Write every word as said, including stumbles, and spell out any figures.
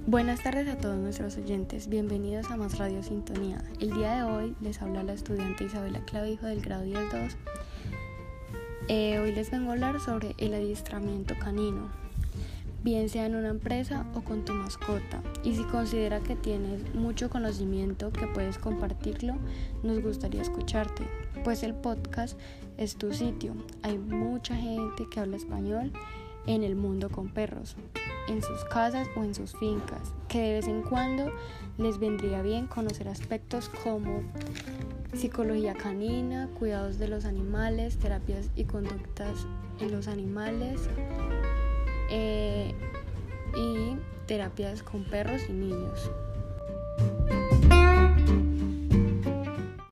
Buenas tardes a todos nuestros oyentes, bienvenidos a Más Radio Sintonía. El día de hoy les habla la estudiante Isabela Clavijo del grado diez dos. Eh, hoy les vengo a hablar sobre el adiestramiento canino, bien sea en una empresa o con tu mascota. Y si considera que tienes mucho conocimiento que puedes compartirlo, nos gustaría escucharte, pues el podcast es tu sitio. Hay mucha gente que habla español en el mundo con perros, en sus casas o en sus fincas, que de vez en cuando les vendría bien conocer aspectos como psicología canina, cuidados de los animales, terapias y conductas en los animales eh, y terapias con perros y niños.